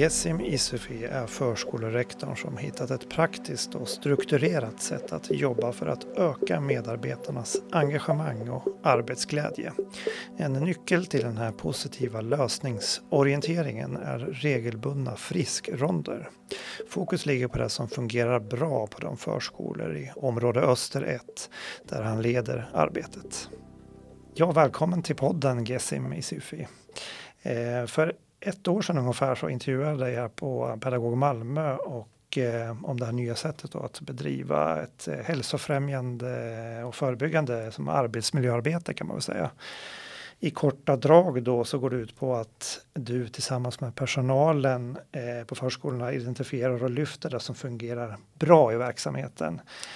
Gessim Isufi är förskolerektorn som hittat ett praktiskt och strukturerat sätt att jobba för att öka medarbetarnas engagemang och arbetsglädje. En nyckel till den här positiva lösningsorienteringen är regelbundna friskronder. Fokus ligger på det som fungerar bra på de förskolor i område Öster 1 där han leder arbetet. Ja, välkommen till podden Gessim Isufi. För ett år sedan ungefär så intervjuade jag här på Pedagog Malmö och om det här nya sättet att bedriva ett hälsofrämjande och förebyggande som arbetsmiljöarbete kan man väl säga. I korta drag då så går det ut på att du tillsammans med personalen på förskolorna identifierar och lyfter det som fungerar bra i verksamheten.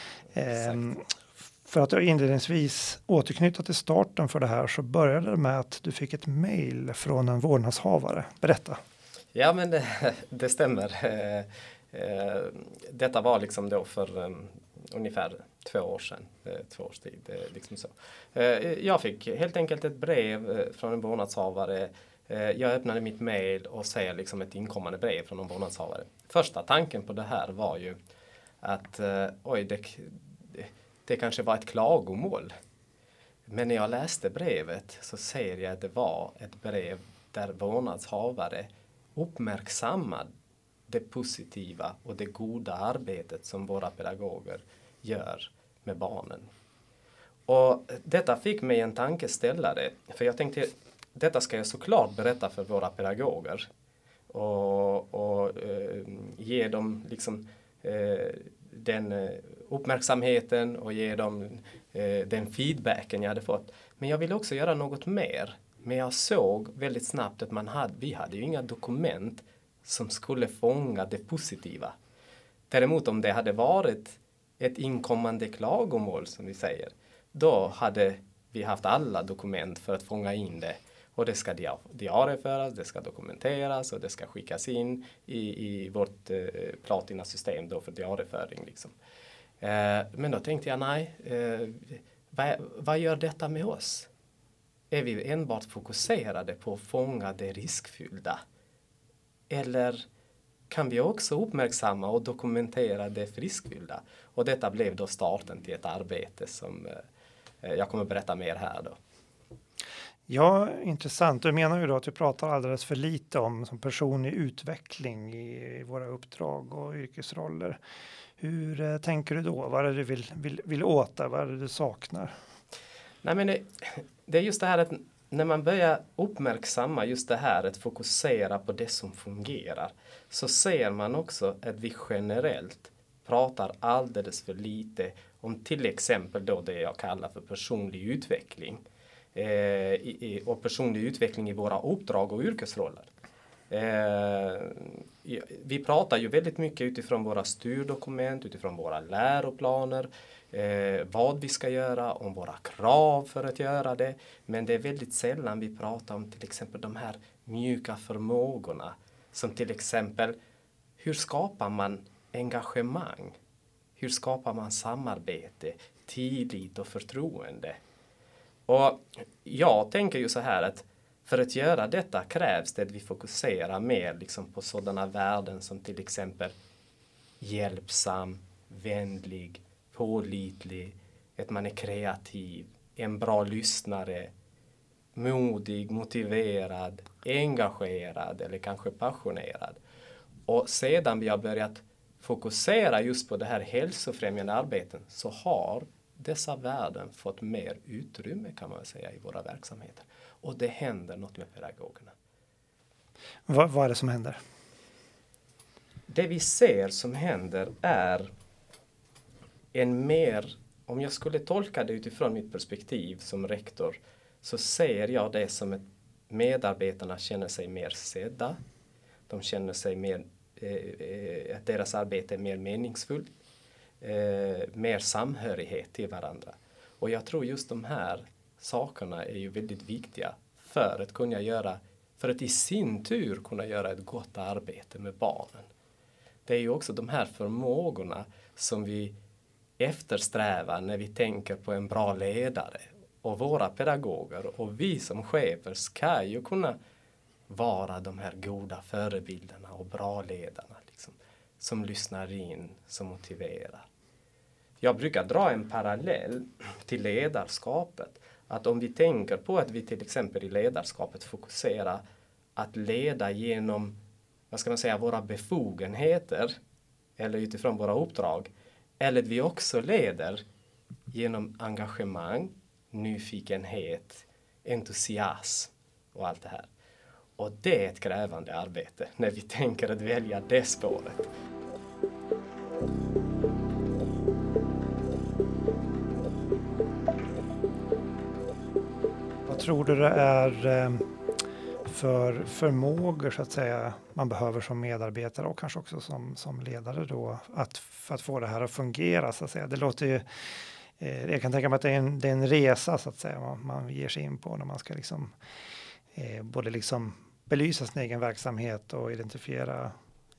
För att inledningsvis återknyta till starten för det här så började det med att du fick ett mejl från en vårdnadshavare. Berätta. Ja, men det stämmer. Detta var liksom då för ungefär 2 år sedan. 2 års tid. Liksom så. Jag fick helt enkelt ett brev från en vårdnadshavare. Jag öppnade mitt mejl och ser liksom ett inkommande brev från en vårdnadshavare. Första tanken på det här var ju att det kanske var ett klagomål. Men när jag läste brevet så ser jag att det var ett brev där vårdnadshavare uppmärksammar det positiva och det goda arbetet som våra pedagoger gör med barnen. Och detta fick mig en tankeställare. För jag tänkte, detta ska jag såklart berätta för våra pedagoger. Och ge dem liksom den uppmärksamheten och ge dem den feedbacken jag hade fått. Men jag ville också göra något mer. Men jag såg väldigt snabbt att vi hade ju inga dokument som skulle fånga det positiva. Däremot om det hade varit ett inkommande klagomål som vi säger, då hade vi haft alla dokument för att fånga in det. Och det ska diarieföras, det ska dokumenteras och det ska skickas in i vårt Platina-system då för diarieföring. Liksom. Men då tänkte jag, nej, vad gör detta med oss? Är vi enbart fokuserade på att fånga det riskfyllda? Eller kan vi också uppmärksamma och dokumentera det friskfyllda? Och detta blev då starten till ett arbete som jag kommer berätta mer här då. Ja, intressant. Du menar ju då att du pratar alldeles för lite om som personlig utveckling i våra uppdrag och yrkesroller. Hur tänker du då? Vad är det du vill åta? Vad är det du saknar? Nej, men det är just det här att när man börjar uppmärksamma just det här att fokusera på det som fungerar, så ser man också att vi generellt pratar alldeles för lite om till exempel då det jag kallar för personlig utveckling. Och personlig utveckling i våra uppdrag och yrkesroller. Vi pratar ju väldigt mycket utifrån våra styrdokument, utifrån våra läroplaner, vad vi ska göra, om våra krav för att göra det. Men det är väldigt sällan vi pratar om till exempel de här mjuka förmågorna. Som till exempel, hur skapar man engagemang? Hur skapar man samarbete, tillit och förtroende? Och jag tänker ju så här att för att göra detta krävs det att vi fokuserar mer liksom på sådana värden som till exempel hjälpsam, vänlig, pålitlig, att man är kreativ, en bra lyssnare, modig, motiverad, engagerad eller kanske passionerad. Och sedan vi har börjat fokusera just på det här hälsofrämjande arbeten så har dessa värden fått mer utrymme kan man säga i våra verksamheter. Och det händer något med pedagogerna. Vad är det som händer? Det vi ser som händer är en mer, om jag skulle tolka det utifrån mitt perspektiv som rektor, så ser jag det som att medarbetarna känner sig mer sedda. De känner sig mer, att deras arbete är mer meningsfullt. Mer samhörighet till varandra. Och jag tror just de här sakerna är ju väldigt viktiga för att i sin tur kunna göra ett gott arbete med barnen. Det är ju också de här förmågorna som vi eftersträvar när vi tänker på en bra ledare. Och våra pedagoger och vi som chefer ska ju kunna vara de här goda förebilderna och bra ledarna liksom, som lyssnar in, som motiverar. Jag brukar dra en parallell till ledarskapet. Att om vi tänker på att vi till exempel i ledarskapet fokuserar att leda genom, vad ska man säga, våra befogenheter eller utifrån våra uppdrag. Eller att vi också leder genom engagemang, nyfikenhet, entusiasm och allt det här. Och det är ett krävande arbete när vi tänker att välja det spåret. Vad tror du det är för förmågor så att säga man behöver som medarbetare och kanske också som ledare då för att få det här att fungera så att säga? Det låter ju, jag kan tänka mig att det är en resa så att säga man ger sig in på när man ska liksom både liksom belysa sin egen verksamhet och identifiera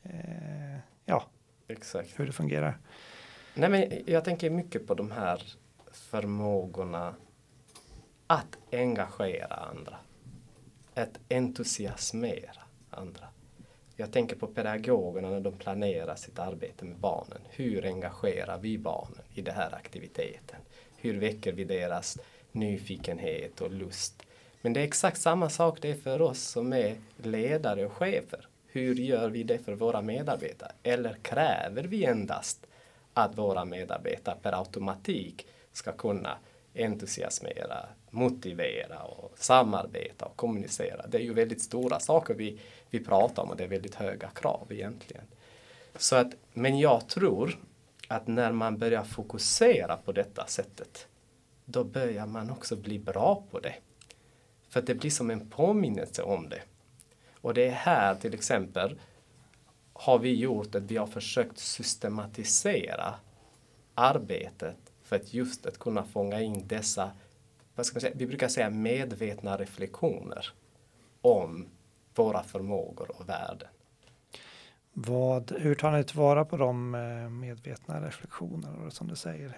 Exakt. hur det fungerar. Nej, men jag tänker mycket på de här förmågorna att engagera andra. Att entusiasmera andra. Jag tänker på pedagogerna när de planerar sitt arbete med barnen. Hur engagerar vi barnen i den här aktiviteten? Hur väcker vi deras nyfikenhet och lust? Men det är exakt samma sak det är för oss som är ledare och chefer. Hur gör vi det för våra medarbetare? Eller kräver vi endast att våra medarbetare per automatik ska kunna entusiasmera, motivera och samarbeta och kommunicera? Det är ju väldigt stora saker vi pratar om och det är väldigt höga krav egentligen. Så att, men jag tror att när man börjar fokusera på detta sättet, då börjar man också bli bra på det. För att det blir som en påminnelse om det. Och det är här till exempel har vi gjort att vi har försökt systematisera arbetet för att just att kunna fånga in dessa, vad ska man säga, vi brukar säga medvetna reflektioner om våra förmågor och värden. Hur tar ni tillvara på de medvetna reflektionerna som du säger?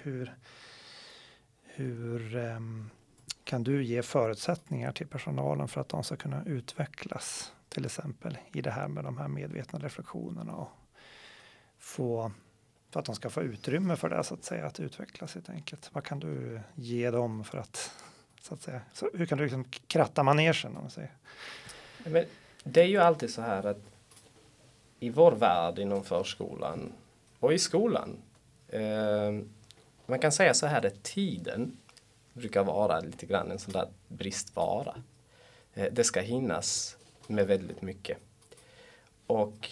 Hur kan du ge förutsättningar till personalen för att de ska kunna utvecklas till exempel i det här med de här medvetna reflektionerna och för att de ska få utrymme för det så att säga, att utvecklas helt enkelt. Vad kan du ge dem för att så att säga, så hur kan du liksom kratta manegen om man säger? Men det är ju alltid så här att i vår värld inom förskolan och i skolan man kan säga så här att tiden brukar vara lite grann en sån där bristvara. Det ska hinnas med väldigt mycket. Och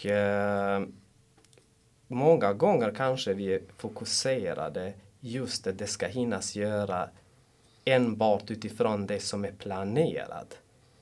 många gånger kanske vi är fokuserade just att det ska hinnas göra enbart utifrån det som är planerat.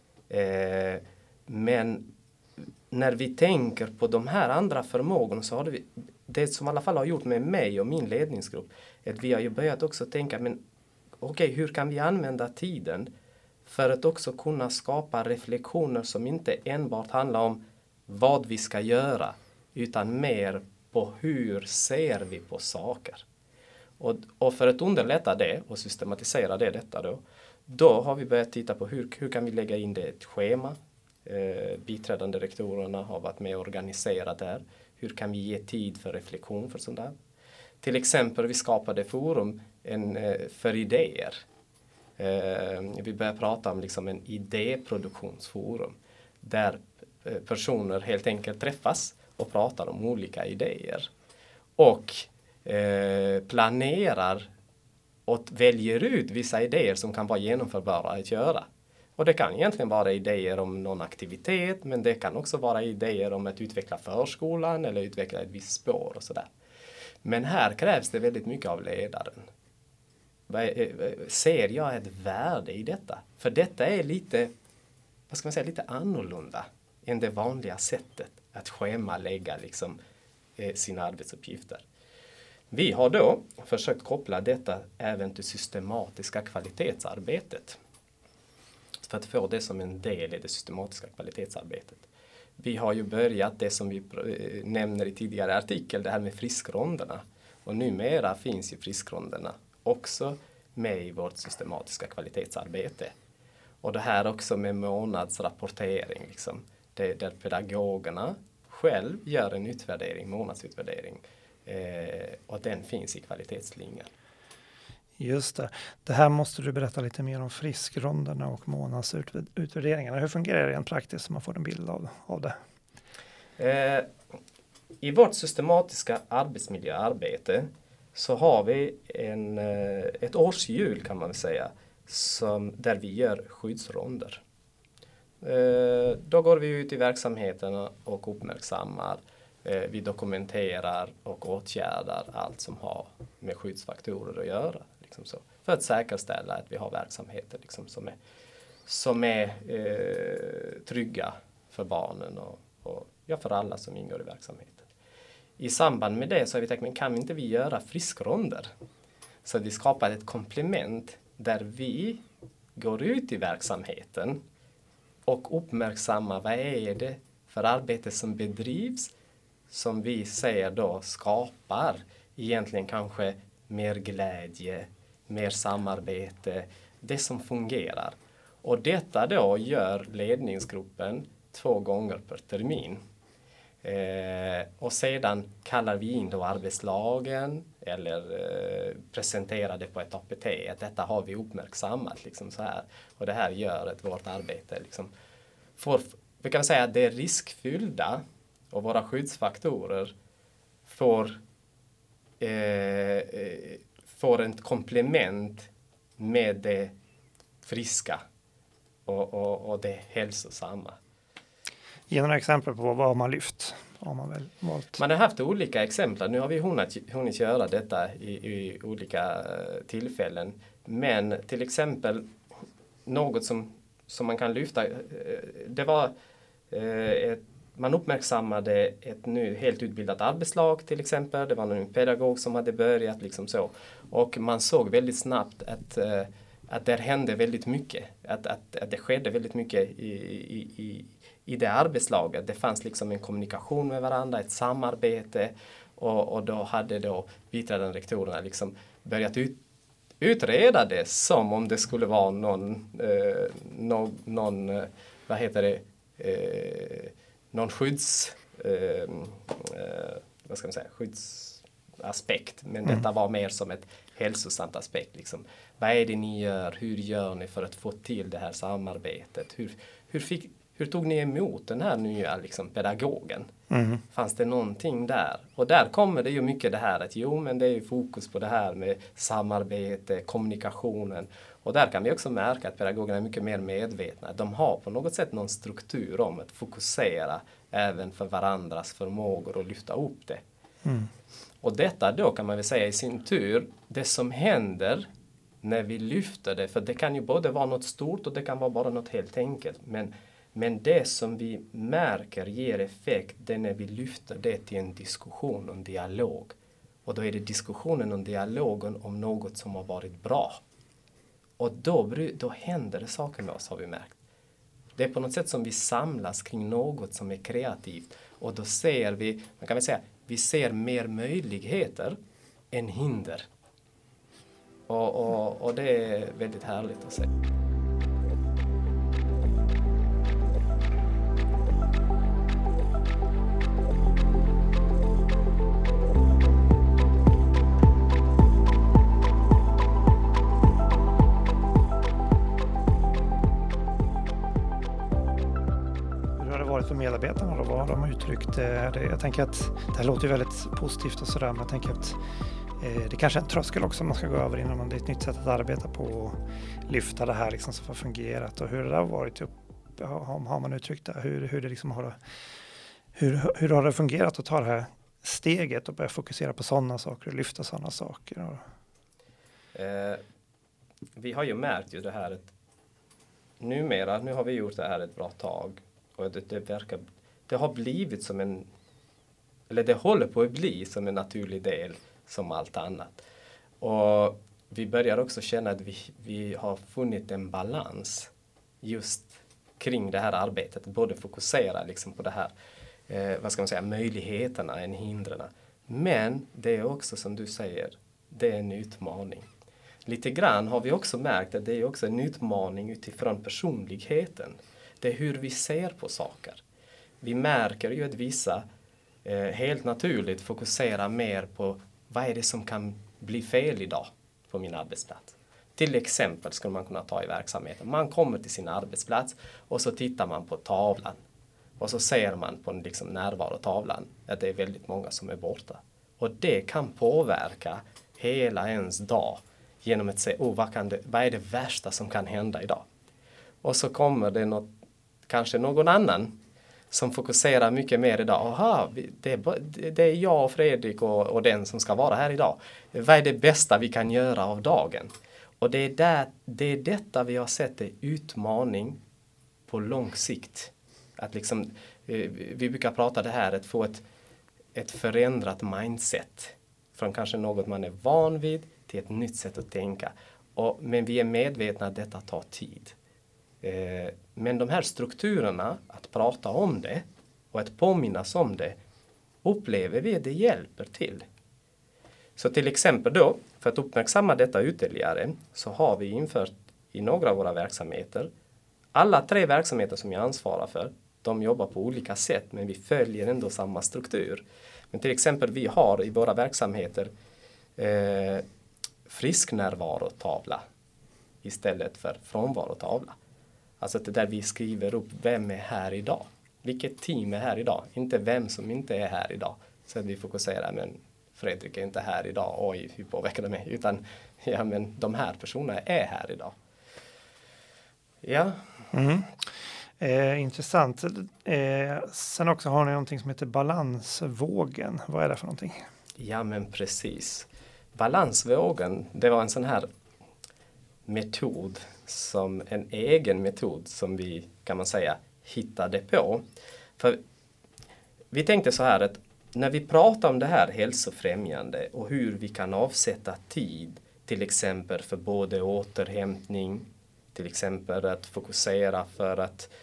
Men när vi tänker på de här andra förmågorna så har vi, det som i alla fall har gjort med mig och min ledningsgrupp, att vi har ju börjat också tänka, men okej, hur kan vi använda tiden för att också kunna skapa reflektioner som inte enbart handlar om vad vi ska göra, utan mer på hur ser vi på saker. Och för att underlätta det och systematisera detta då har vi börjat titta på hur kan vi lägga in det i ett schema. Biträdande rektorerna har varit med och organiserat det här. Hur kan vi ge tid för reflektion för sånt där? Till exempel vi skapade forum för idéer. Vi började prata om liksom en idéproduktionsforum där personer helt enkelt träffas och pratar om olika idéer. Och planerar och väljer ut vissa idéer som kan vara genomförbara att göra. Och det kan egentligen vara idéer om någon aktivitet, men det kan också vara idéer om att utveckla förskolan eller utveckla ett visst spår och sådär. Men här krävs det väldigt mycket av ledaren. Ser jag ett värde i detta? För detta är lite, vad ska man säga, lite annorlunda än det vanliga sättet att schemalägga liksom, sina arbetsuppgifter. Vi har då försökt koppla detta även till systematiska kvalitetsarbetet. För att få det som en del i det systematiska kvalitetsarbetet. Vi har ju börjat det som vi nämner i tidigare artikel, det här med friskronderna. Och numera finns ju friskronderna också med i vårt systematiska kvalitetsarbete. Och det här också med månadsrapportering. Liksom, där pedagogerna själv gör en utvärdering, månadsutvärdering. Och den finns i kvalitetsslingan. Just det. Det här måste du berätta lite mer om friskronderna och månadsutvärderingarna. Hur fungerar det rent praktiskt så man får en bild av det? I vårt systematiska arbetsmiljöarbete så har vi ett årshjul kan man säga, där vi gör skyddsronder. Då går vi ut i verksamheterna och uppmärksammar, vi dokumenterar och åtgärdar allt som har med skyddsfaktorer att göra. Liksom så, för att säkerställa att vi har verksamheter liksom, som är trygga för barnen och för alla som ingår i verksamheten. I samband med det så har vi tänkt, men kan inte vi göra friskronder? Så vi skapar ett komplement där vi går ut i verksamheten och uppmärksammar vad är det för arbete som bedrivs som vi ser då skapar egentligen kanske mer glädje, mer samarbete, det som fungerar. Och detta då gör ledningsgruppen 2 gånger per termin. Och sedan kallar vi in då arbetslagen eller presenterar det på ett APT. Att detta har vi uppmärksammat liksom så här. Och det här gör att vårt arbete liksom vi kan säga att det är riskfyllda och våra skyddsfaktorer får ett komplement med det friska och det hälsosamma. Ge några exempel på vad man lyft. Har man väl valt. Man har haft olika exempel. Nu har vi hunnit göra detta i olika tillfällen. Men till exempel något som man kan lyfta. Det var man uppmärksammade ett nu helt utbildat arbetslag till exempel. Det var en pedagog som hade börjat liksom så. Och man såg väldigt snabbt att det hände väldigt mycket. Att det skedde väldigt mycket i det arbetslaget. Det fanns liksom en kommunikation med varandra, ett samarbete och då hade biträdande rektorerna liksom börjat utreda det som om det skulle vara någon skyddsaspekt. Men detta var mer som ett hälsosamt aspekt. Liksom. Vad är det ni gör? Hur gör ni för att få till det här samarbetet? Hur tog ni emot den här nya liksom, pedagogen? Mm. Fanns det någonting där? Och där kommer det ju mycket det här att men det är ju fokus på det här med samarbete, kommunikationen. Och där kan vi också märka att pedagogerna är mycket mer medvetna. De har på något sätt någon struktur om att fokusera även för varandras förmågor och lyfta upp det. Mm. Och detta då kan man väl säga i sin tur, det som händer när vi lyfter det, för det kan ju både vara något stort och det kan vara bara något helt enkelt. Men det som vi märker ger effekt, det är när vi lyfter det till en diskussion och en dialog. Och då är det diskussionen och dialogen om något som har varit bra. Och då händer det saker med oss har vi märkt. Det är på något sätt som vi samlas kring något som är kreativt. Och då ser vi, man kan väl säga, vi ser mer möjligheter än hinder. Och det är väldigt härligt att se. För medarbetarna då, vad har de uttryckt? Jag tänker att det här låter ju väldigt positivt och sådär, men jag tänker att det kanske är en tröskel också man ska gå över innan det är ett nytt sätt att arbeta på och lyfta det här liksom som har fungerat. Och hur det har varit, har man uttryckt det? Hur det liksom hur har det fungerat att ta det här steget och börja fokusera på sådana saker och lyfta sådana saker? Vi har ju märkt ju det här att nu har vi gjort det här ett bra tag. Och det har blivit som det håller på att bli som en naturlig del som allt annat. Och vi börjar också känna att vi har funnit en balans just kring det här arbetet. Både fokusera liksom på det här, möjligheterna än hindren. Men det är också som du säger, det är en utmaning. lite grann har vi också märkt att det är också en utmaning utifrån personligheten. Det är hur vi ser på saker. Vi märker ju att vissa helt naturligt fokuserar mer på vad är det som kan bli fel idag på min arbetsplats. Till exempel skulle man kunna ta i verksamheten. Man kommer till sin arbetsplats och så tittar man på tavlan. Och så ser man på liksom närvarotavlan att det är väldigt många som är borta. Och det kan påverka hela ens dag genom att säga, vad är det värsta som kan hända idag? Och så kommer det kanske någon annan som fokuserar mycket mer idag. Aha, det är jag och Fredrik och den som ska vara här idag. Vad är det bästa vi kan göra av dagen? Och det är detta vi har sett är utmaning på lång sikt. Att liksom, vi brukar prata det här att få ett förändrat mindset. Från kanske något man är van vid till ett nytt sätt att tänka. Men vi är medvetna att detta tar tid. Men de här strukturerna, att prata om det och att påminnas om det, upplever vi att det hjälper till. Så till exempel då, för att uppmärksamma detta ytterligare, så har vi infört i några av våra verksamheter, alla 3 verksamheter som jag ansvarar för, de jobbar på olika sätt men vi följer ändå samma struktur. Men till exempel vi har i våra verksamheter frisknärvarotavla istället för frånvarotavla. Alltså det där vi skriver upp vem är här idag. Vilket team är här idag. Inte vem som inte är här idag. Så att vi fokuserar, men Fredrik är inte här idag. Oj, hur påverkar det mig? Utan, ja men de här personerna är här idag. Ja. Intressant. Sen också har ni någonting som heter balansvågen. Vad är det för någonting? Ja men precis. Balansvågen, det var en sån här metod, som en egen metod som vi kan man säga hittade på. För vi tänkte så här att när vi pratar om det här hälsofrämjande och hur vi kan avsätta tid till exempel för både återhämtning, till exempel att fokusera för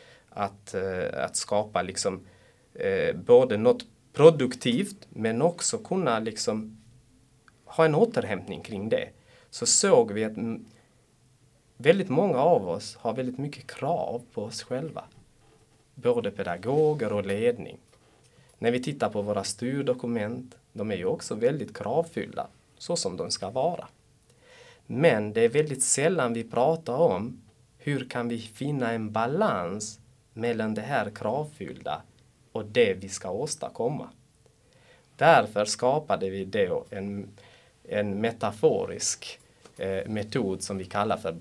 att skapa liksom både något produktivt men också kunna liksom ha en återhämtning kring det. Så såg vi att väldigt många av oss har väldigt mycket krav på oss själva. Både pedagoger och ledning. När vi tittar på våra styrdokument, de är ju också väldigt kravfyllda, så som de ska vara. Men det är väldigt sällan vi pratar om hur kan vi finna en balans mellan det här kravfyllda och det vi ska åstadkomma. Därför skapade vi då en metaforisk metod som vi kallar för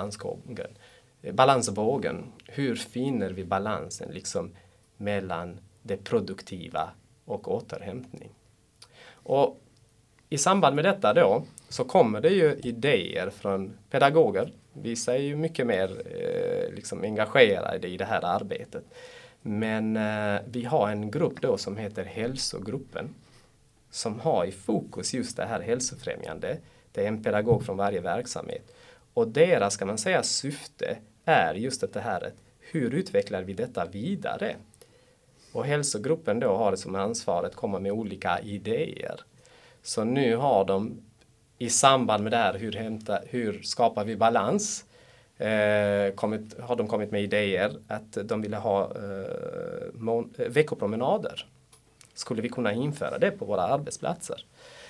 balansvågen. Hur finner vi balansen liksom mellan det produktiva och återhämtning? Och i samband med detta då så kommer det ju idéer från pedagoger. Vissa är ju mycket mer liksom engagerade i det här arbetet. Men vi har en grupp då som heter hälsogruppen som har i fokus just det här hälsofrämjande. Det är en pedagog från varje verksamhet. Och deras, kan man säga, syfte är just det här att hur utvecklar vi detta vidare? Och hälsogruppen då har det som ansvar att komma med olika idéer. Så nu har de i samband med det här hur skapar vi balans har de kommit med idéer att de ville ha veckopromenader. Skulle vi kunna införa det på våra arbetsplatser?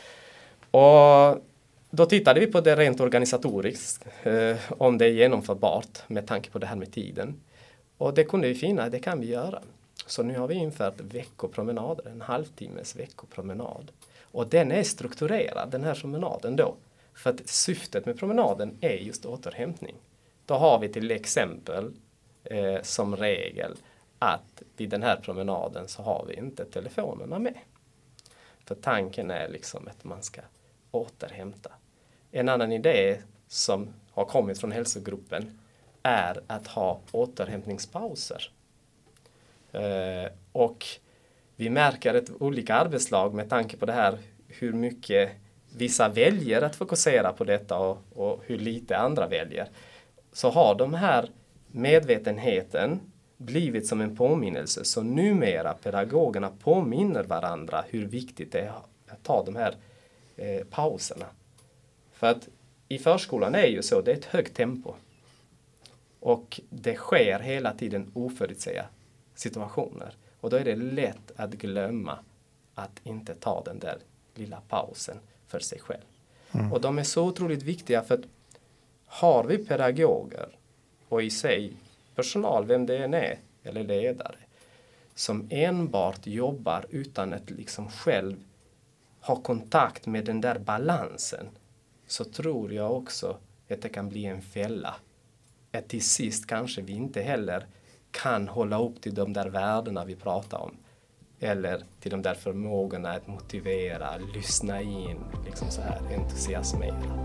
Och då tittade vi på det rent organisatoriskt, om det är genomförbart med tanke på det här med tiden. Och det kunde vi finna, det kan vi göra. Så nu har vi infört veckopromenader, en halvtimmes veckopromenad. Och den är strukturerad, den här promenaden då. För att syftet med promenaden är just återhämtning. Då har vi till exempel som regel att vid den här promenaden så har vi inte telefonerna med. För tanken är liksom att man ska återhämta. En annan idé som har kommit från hälsogruppen är att ha återhämtningspauser. Och vi märker att olika arbetslag med tanke på det här hur mycket vissa väljer att fokusera på detta och hur lite andra väljer. Så har de här medvetenheten blivit som en påminnelse. Så numera pedagogerna påminner varandra hur viktigt det är att ta de här pauserna. För att i förskolan är ju så, det är ett högt tempo. Och det sker hela tiden oförutsägbara situationer. Och då är det lätt att glömma att inte ta den där lilla pausen för sig själv. Och de är så otroligt viktiga, för att har vi pedagoger och i sig personal, vem det än är, eller ledare, som enbart jobbar utan att liksom själv ha kontakt med den där balansen, så tror jag också att det kan bli en fälla. Att till sist kanske vi inte heller kan hålla upp till de där värdena vi pratar om. Eller till de där förmågorna att motivera, lyssna in, liksom så här, entusiasmera.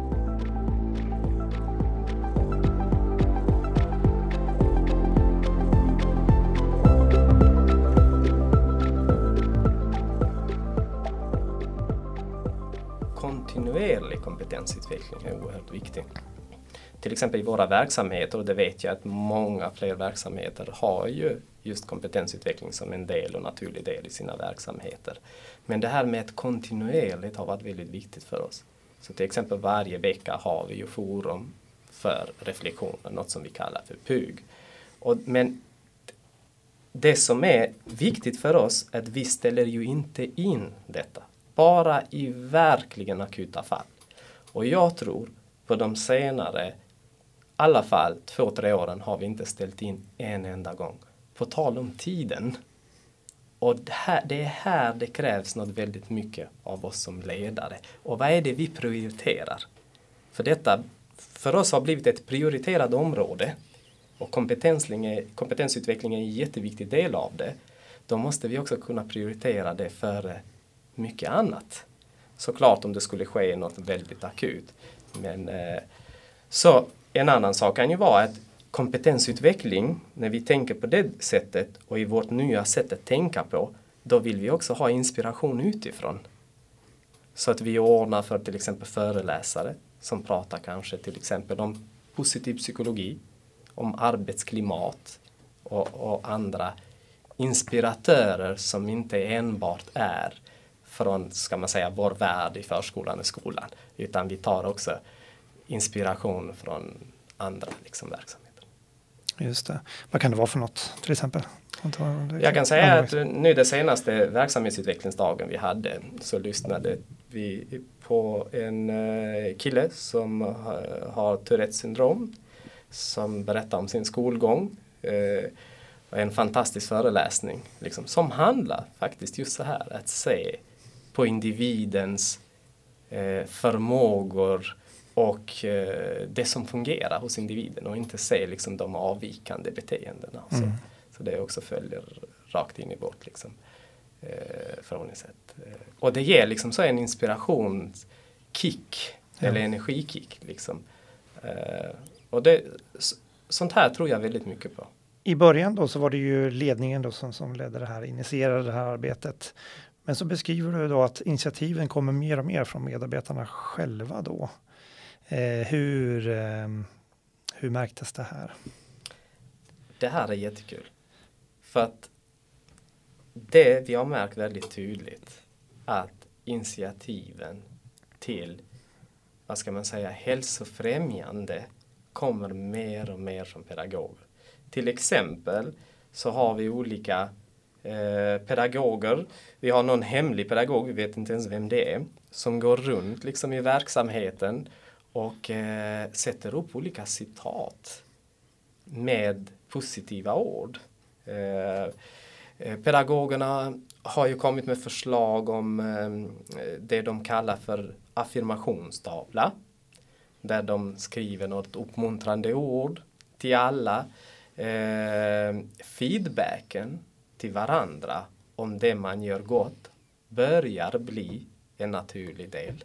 Kontinuerlig kompetensutveckling är oerhört viktig. Till exempel i våra verksamheter, och det vet jag att många fler verksamheter har ju just kompetensutveckling som en del och naturlig del i sina verksamheter. Men det här med ett kontinuerligt har varit väldigt viktigt för oss. Så till exempel varje vecka har vi ju forum för reflektioner, något som vi kallar för PUG. Men det som är viktigt för oss är att vi ställer ju inte in detta. Bara i verkligen akuta fall. Och jag tror på de senare, i alla fall 2-3 åren, har vi inte ställt in en enda gång. På tal om tiden. Och det är här det krävs något väldigt mycket av oss som ledare. Och vad är det vi prioriterar? För detta, för oss har blivit ett prioriterat område. Och kompetensutveckling är en jätteviktig del av det. Då måste vi också kunna prioritera det före mycket annat. Såklart om det skulle ske något väldigt akut. Men så en annan sak kan ju vara att kompetensutveckling, när vi tänker på det sättet och i vårt nya sätt att tänka på, då vill vi också ha inspiration utifrån. Så att vi ordnar för till exempel föreläsare som pratar kanske till exempel om positiv psykologi, om arbetsklimat och andra inspiratörer som inte enbart är från, ska man säga, vår värld i förskolan och skolan, utan vi tar också inspiration från andra liksom verksamheter. Just det. Vad kan det vara för något till exempel? Jag kan säga att nu det senaste verksamhetsutvecklingsdagen vi hade, så lyssnade vi på en kille som har Tourettes syndrom, som berättar om sin skolgång. En fantastisk föreläsning liksom, som handlar faktiskt just så här, att se på individens förmågor och det som fungerar hos individen, och inte se liksom de avvikande beteendena. Så det också följer rakt in i vårt liksom, förhållningssätt. Och det ger liksom så en inspirationskick eller energikick. Liksom. Och sånt här tror jag väldigt mycket på. I början då så var det ju ledningen då som ledde det här, initierade det här arbetet. Men så beskriver du då att initiativen kommer mer och mer från medarbetarna själva då. Hur märktes det här? Det här är jättekul. För att det vi har märkt väldigt tydligt, att initiativen till, vad ska man säga, hälsofrämjande kommer mer och mer från pedagoger. Till exempel så har vi olika pedagoger. Vi har någon hemlig pedagog, vi vet inte ens vem det är, som går runt liksom i verksamheten och sätter upp olika citat med positiva ord. Pedagogerna har ju kommit med förslag om det de kallar för affirmationstavla, där de skriver något uppmuntrande ord till alla. Feedbacken till varandra om det man gör gott börjar bli en naturlig del.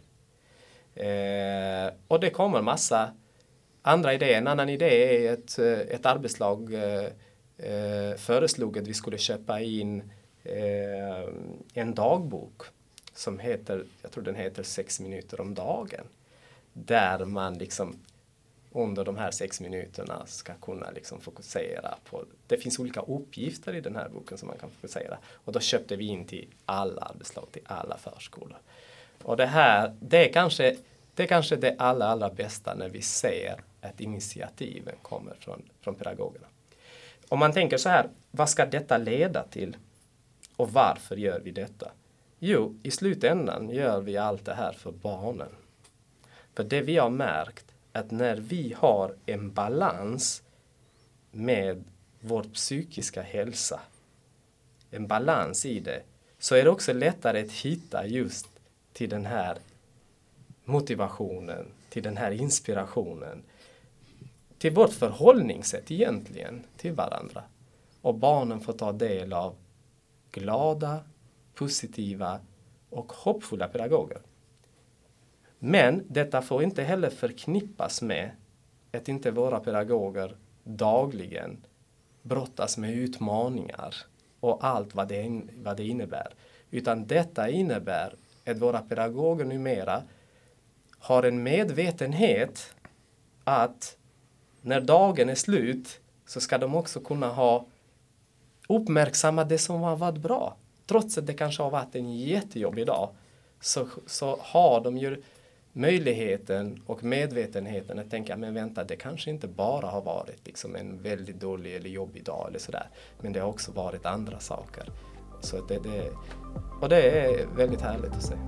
Och det kommer massa andra idéer. En annan idé är ett arbetslag föreslog att vi skulle köpa in en dagbok som heter, jag tror den heter 6 minuter om dagen. Där man liksom under de här 6 minuterna ska kunna liksom fokusera på, det finns olika uppgifter i den här boken som man kan fokusera. Och då köpte vi in till alla arbetslag, till alla förskolor. Och det är kanske Det är kanske det allra bästa när vi ser att initiativen kommer från pedagogerna. Om man tänker så här, vad ska detta leda till? Och varför gör vi detta? Jo, i slutändan gör vi allt det här för barnen. För det vi har märkt är att när vi har en balans med vår psykiska hälsa, en balans i det, så är det också lättare att hitta just till den här motivationen, till den här inspirationen, till vårt förhållningssätt egentligen till varandra. Och barnen får ta del av glada, positiva och hoppfulla pedagoger. Men detta får inte heller förknippas med att inte våra pedagoger dagligen brottas med utmaningar och allt vad det innebär. Utan detta innebär att våra pedagoger numera har en medvetenhet att när dagen är slut så ska de också kunna uppmärksamma det som har varit bra. Trots att det kanske har varit en jättejobbig dag så har de ju möjligheten och medvetenheten att tänka, men vänta, det kanske inte bara har varit liksom en väldigt dålig eller jobbig dag eller sådär. Men det har också varit andra saker. Så det är väldigt härligt att se.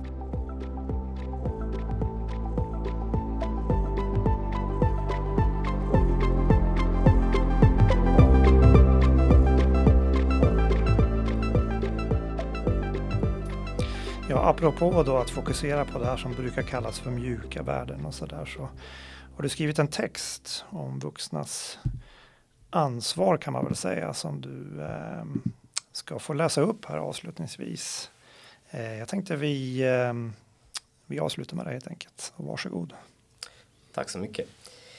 Ja, apropå då att fokusera på det här som brukar kallas för mjuka värden och sådär, så har du skrivit en text om vuxnas ansvar, kan man väl säga, som du ska få läsa upp här avslutningsvis. Jag tänkte vi avslutar med det helt enkelt. Varsågod. Tack så mycket.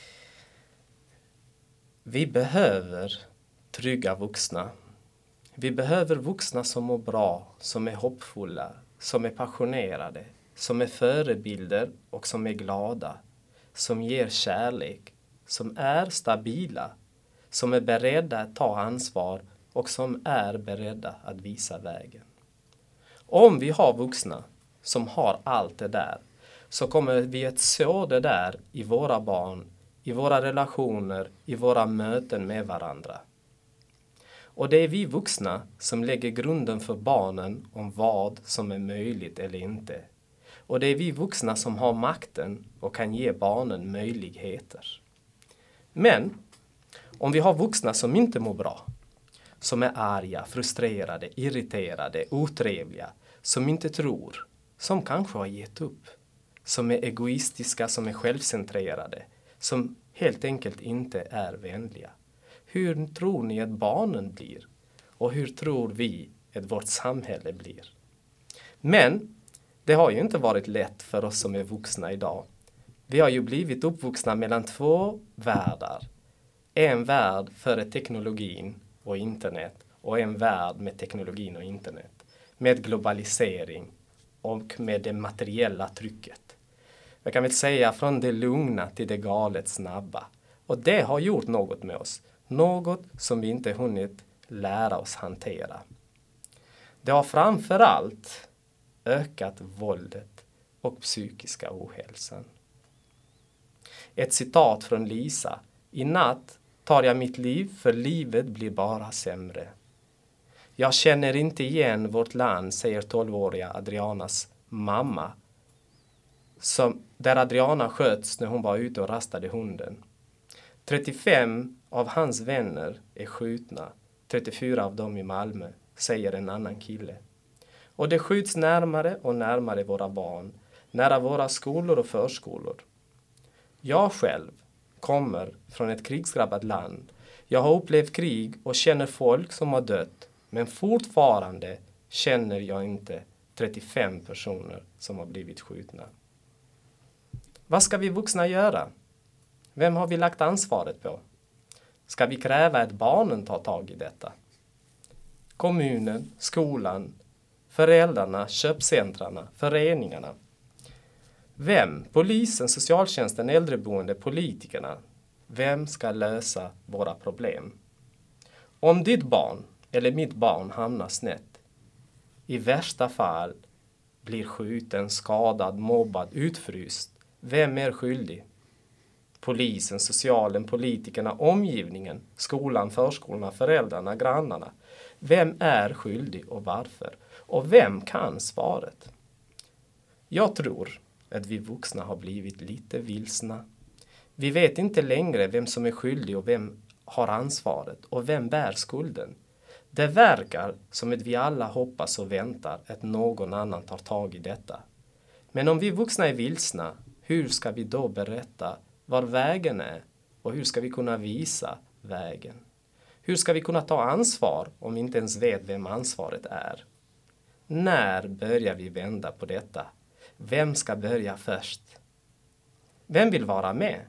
Vi behöver trygga vuxna. Vi behöver vuxna som mår bra, som är hoppfulla, som är passionerade, som är förebilder och som är glada, som ger kärlek, som är stabila, som är beredda att ta ansvar och som är beredda att visa vägen. Om vi har vuxna som har allt det där, så kommer vi att så det där i våra barn, i våra relationer, i våra möten med varandra. Och det är vi vuxna som lägger grunden för barnen om vad som är möjligt eller inte. Och det är vi vuxna som har makten och kan ge barnen möjligheter. Men om vi har vuxna som inte mår bra, som är arga, frustrerade, irriterade, otrevliga, som inte tror, som kanske har gett upp, som är egoistiska, som är självcentrerade, som helt enkelt inte är vänliga. Hur tror ni att barnen blir? Och hur tror vi att vårt samhälle blir? Men det har ju inte varit lätt för oss som är vuxna idag. Vi har ju blivit uppvuxna mellan två världar. En värld före teknologin och internet och en värld med teknologin och internet. Med globalisering och med det materiella trycket. Jag kan väl säga från det lugna till det galet snabba. Och det har gjort något med oss. Något som vi inte hunnit lära oss hantera. Det har framförallt ökat våldet och psykiska ohälsan. Ett citat från Lisa. I natt tar jag mitt liv för livet blir bara sämre. Jag känner inte igen vårt land, säger 12-åriga Adrianas mamma. Där Adriana sköts när hon var ute och rastade hunden. 35 av hans vänner är skjutna. 34 av dem i Malmö, säger en annan kille. Och det skjuts närmare och närmare våra barn. Nära våra skolor och förskolor. Jag själv kommer från ett krigsdrabbat land. Jag har upplevt krig och känner folk som har dött. Men fortfarande känner jag inte 35 personer som har blivit skjutna. Vad ska vi vuxna göra? Vem har vi lagt ansvaret på? Ska vi kräva att barnen tar tag i detta? Kommunen, skolan, föräldrarna, köpcentrarna, föreningarna. Vem? Polisen, socialtjänsten, äldreboende, politikerna. Vem ska lösa våra problem? Om ditt barn eller mitt barn hamnar snett, i värsta fall blir skjuten, skadad, mobbad, utfryst, Vem är skyldig? Polisen, socialen, politikerna, omgivningen, skolan, förskolorna, föräldrarna, grannarna. Vem är skyldig och varför? Och vem kan svaret? Jag tror att vi vuxna har blivit lite vilsna. Vi vet inte längre vem som är skyldig och vem har ansvaret och vem bär skulden. Det verkar som att vi alla hoppas och väntar att någon annan tar tag i detta. Men om vi vuxna är vilsna, hur ska vi då berätta var vägen är och hur ska vi kunna visa vägen? Hur ska vi kunna ta ansvar om vi inte ens vet vem ansvaret är? När börjar vi vända på detta? Vem ska börja först? Vem vill vara med?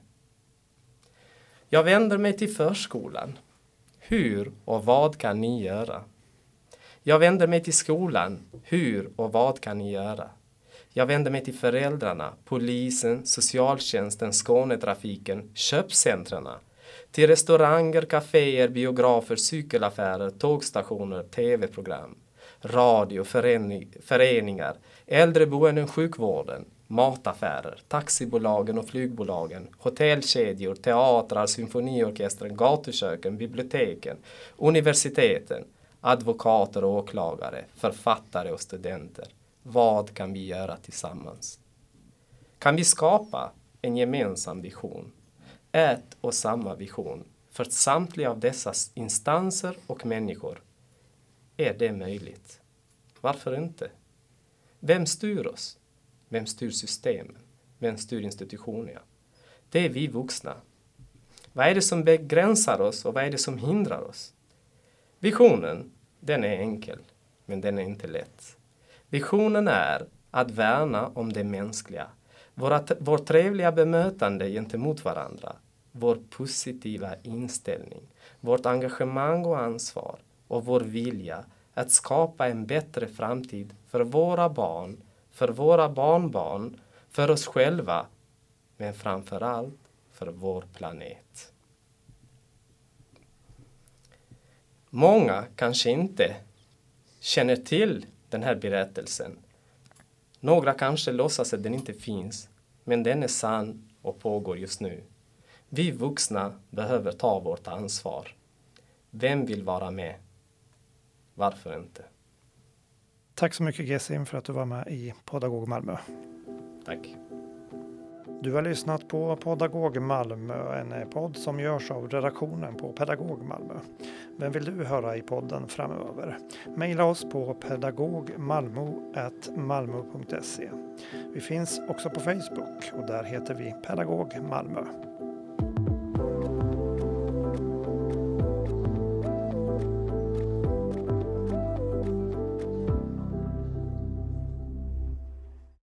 Jag vänder mig till förskolan. Hur och vad kan ni göra? Jag vänder mig till skolan. Hur och vad kan ni göra? Jag vänder mig till föräldrarna, polisen, socialtjänsten, Skånetrafiken, köpcentrarna. Till restauranger, kaféer, biografer, cykelaffärer, tågstationer, tv-program, radio, föreningar, äldreboenden, sjukvården, mataffärer, taxibolagen och flygbolagen, hotellkedjor, teatrar, symfoniorkestrar, gatuköken, biblioteken, universiteten, advokater och åklagare, författare och studenter. Vad kan vi göra tillsammans? Kan vi skapa en gemensam vision? Ett och samma vision för samtliga av dessa instanser och människor? Är det möjligt? Varför inte? Vem styr oss? Vem styr systemen? Vem styr institutionerna? Det är vi vuxna. Vad är det som begränsar oss och vad är det som hindrar oss? Visionen, den är enkel, men den är inte lätt. Visionen är att värna om det mänskliga, vår trevliga bemötande gentemot varandra, vår positiva inställning, vårt engagemang och ansvar och vår vilja att skapa en bättre framtid för våra barn, för våra barnbarn, för oss själva, men framför allt för vår planet. Många kanske inte känner till den här berättelsen. Några kanske låtsas att den inte finns, men den är sann och pågår just nu. Vi vuxna behöver ta vårt ansvar. Vem vill vara med? Varför inte? Tack så mycket Gessim för att du var med i Pedagog Malmö. Tack. Du har lyssnat på Pedagog Malmö, en podd som görs av redaktionen på Pedagog Malmö. Vem vill du höra i podden framöver? Maila oss på pedagogmalmo@malmo.se. Vi finns också på Facebook och där heter vi Pedagog Malmö.